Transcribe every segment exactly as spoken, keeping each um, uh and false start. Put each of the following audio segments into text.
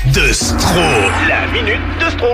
de Stro. La minute de Stro.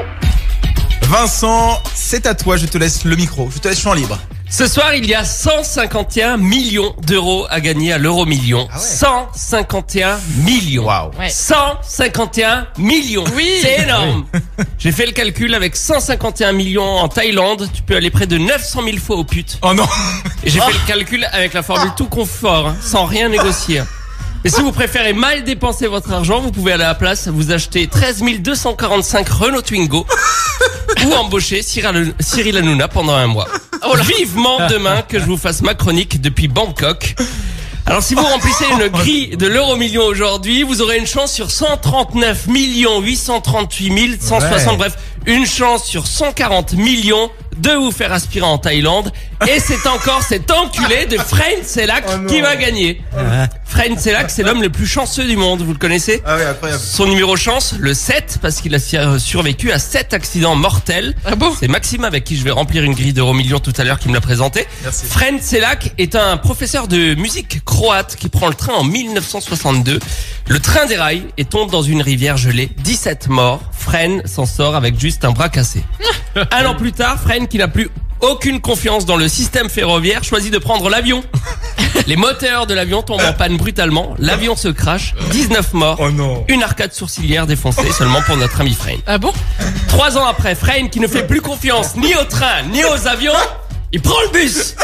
Vincent, c'est à toi, je te laisse le micro, je te laisse champ libre. Ce soir, il y a cent cinquante et un millions d'euros à gagner à l'euro million. Ah ouais. cent cinquante et un millions. Waouh. Ouais. cent cinquante et un millions. Oui. C'est énorme. J'ai fait le calcul avec cent cinquante et un millions en Thaïlande. Tu peux aller près de neuf cent mille fois au pute. Oh non. Et j'ai fait le calcul avec la formule tout confort, hein, sans rien négocier. Et si vous préférez mal dépenser votre argent, vous pouvez aller à la place, vous acheter treize mille deux cent quarante-cinq Renault Twingo ou embaucher Cyril Cyril Hanouna pendant un mois. Oh là. Vivement demain que je vous fasse ma chronique depuis Bangkok. Alors si vous remplissez une grille de l'euro million aujourd'hui, vous aurez une chance sur cent trente-neuf millions huit cent trente-huit mille cent soixante, Ouais. bref, une chance sur cent quarante millions de vous faire aspirer en Thaïlande. Et c'est encore cet enculé de Frein Selak Oh non. qui va gagner. Frein Selak, c'est l'homme le plus chanceux du monde, vous le connaissez? Ah oui, incroyable. Son numéro chance, le sept, parce qu'il a sur- survécu à sept accidents mortels. Ah bon? C'est Maxime avec qui je vais remplir une grille d'euro million tout à l'heure qui me l'a présenté. Merci. Fren Selak est un professeur de musique croate qui prend le train en mille neuf cent soixante-deux. Le train déraille et tombe dans une rivière gelée. dix-sept morts. Fren s'en sort avec juste un bras cassé. Un an plus tard, Fren, qui n'a plus aucune confiance dans le système ferroviaire, choisit de prendre l'avion. Les moteurs de l'avion tombent en panne brutalement. L'avion se crache. dix-neuf morts. Oh non. Une arcade sourcilière défoncée seulement pour notre ami Frein. Ah bon? Trois ans après, Frein, qui ne fait plus confiance ni au train ni aux avions, il prend le bus.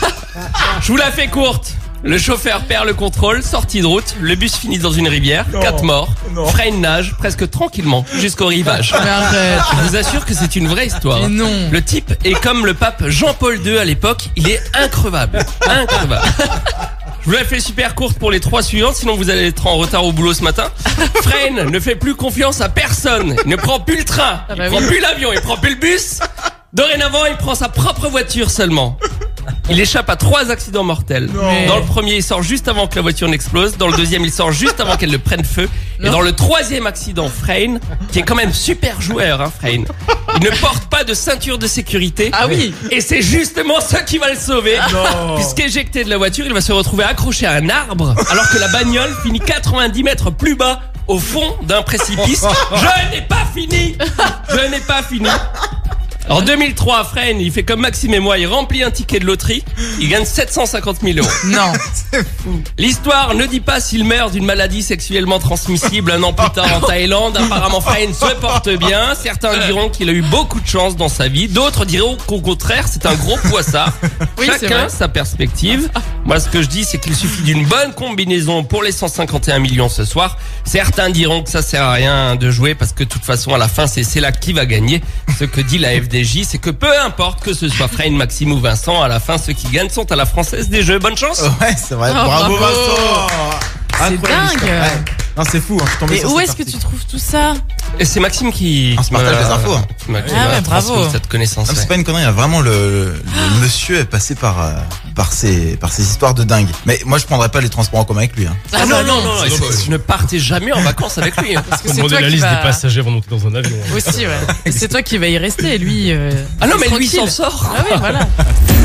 Je vous la fais courte. Le chauffeur perd le contrôle, sortie de route, le bus finit dans une rivière, Non. quatre morts. Non. Frein nage presque tranquillement jusqu'au rivage. Mais arrête. Je vous assure que c'est une vraie histoire. Mais non. Le type est comme le pape Jean-Paul deux à l'époque, il est increvable. Increvable. Je vous la fais super courte pour les trois suivantes, sinon vous allez être en retard au boulot ce matin. Frein ne fait plus confiance à personne. Il ne prend plus le train, Ah bah il prend oui. plus l'avion, il prend plus le bus. Dorénavant, il prend sa propre voiture seulement. Il échappe à trois accidents mortels. Non. Dans le premier, il sort juste avant que la voiture n'explose. Dans le deuxième, il sort juste avant qu'elle ne prenne feu. Et Non. dans le troisième accident, Frein, qui est quand même super joueur, hein, Frein, il ne porte pas de ceinture de sécurité. Ah oui. Et c'est justement ça qui va le sauver. Non. Puisqu'éjecté de la voiture, il va se retrouver accroché à un arbre, alors que la bagnole finit quatre-vingt-dix mètres plus bas, au fond d'un précipice. Je n'ai pas fini. Je n'ai pas fini. En deux mille trois, Frein, il fait comme Maxime et moi, il remplit un ticket de loterie, il gagne sept cent cinquante mille euros. Non. L'histoire ne dit pas s'il meurt d'une maladie sexuellement transmissible un an plus tard en Thaïlande. Apparemment, Frein se porte bien. Certains diront qu'il a eu beaucoup de chance dans sa vie. D'autres diront qu'au contraire, c'est un gros poissard. Oui, c'est Chacun vrai. sa perspective. Moi, ce que je dis, c'est qu'il suffit d'une bonne combinaison pour les cent cinquante et un millions ce soir. Certains diront que ça sert à rien de jouer parce que de toute façon, à la fin, c'est c'est là qui va gagner. Ce que dit la F D J, c'est que peu importe que ce soit Frein, Maxime ou Vincent, à la fin, ceux qui gagnent sont à la Française des Jeux. Bonne chance. Ouais, c'est vrai. Oh, bravo, bravo. Vincent. Incroyable dingue. histoire. Ouais. Non, c'est fou. Hein. Je suis tombé Et sur où cette est-ce que partie. tu trouves tout ça? Et c'est Maxime qui, On se qui m'a- partage les infos. qui m'a- qui Ah m'a ouais, bravo. transmis cette connaissance. Non, mais ouais. c'est pas une connerie, il y a vraiment le, le, le monsieur est passé par, euh, par ces, par ces histoires de dingue. Mais moi, je prendrais pas les transports en commun avec lui, hein. Ah bah non, non, non, c'est non, pas- je ne partais jamais en vacances avec lui. hein. Parce que Faut c'est demander toi la qui liste va... des passagers avant de monter dans un avion. Aussi, ouais. Et c'est toi qui va y rester, lui. euh, Ah non, mais lui, il tranquille. s'en sort. Ah oui, voilà.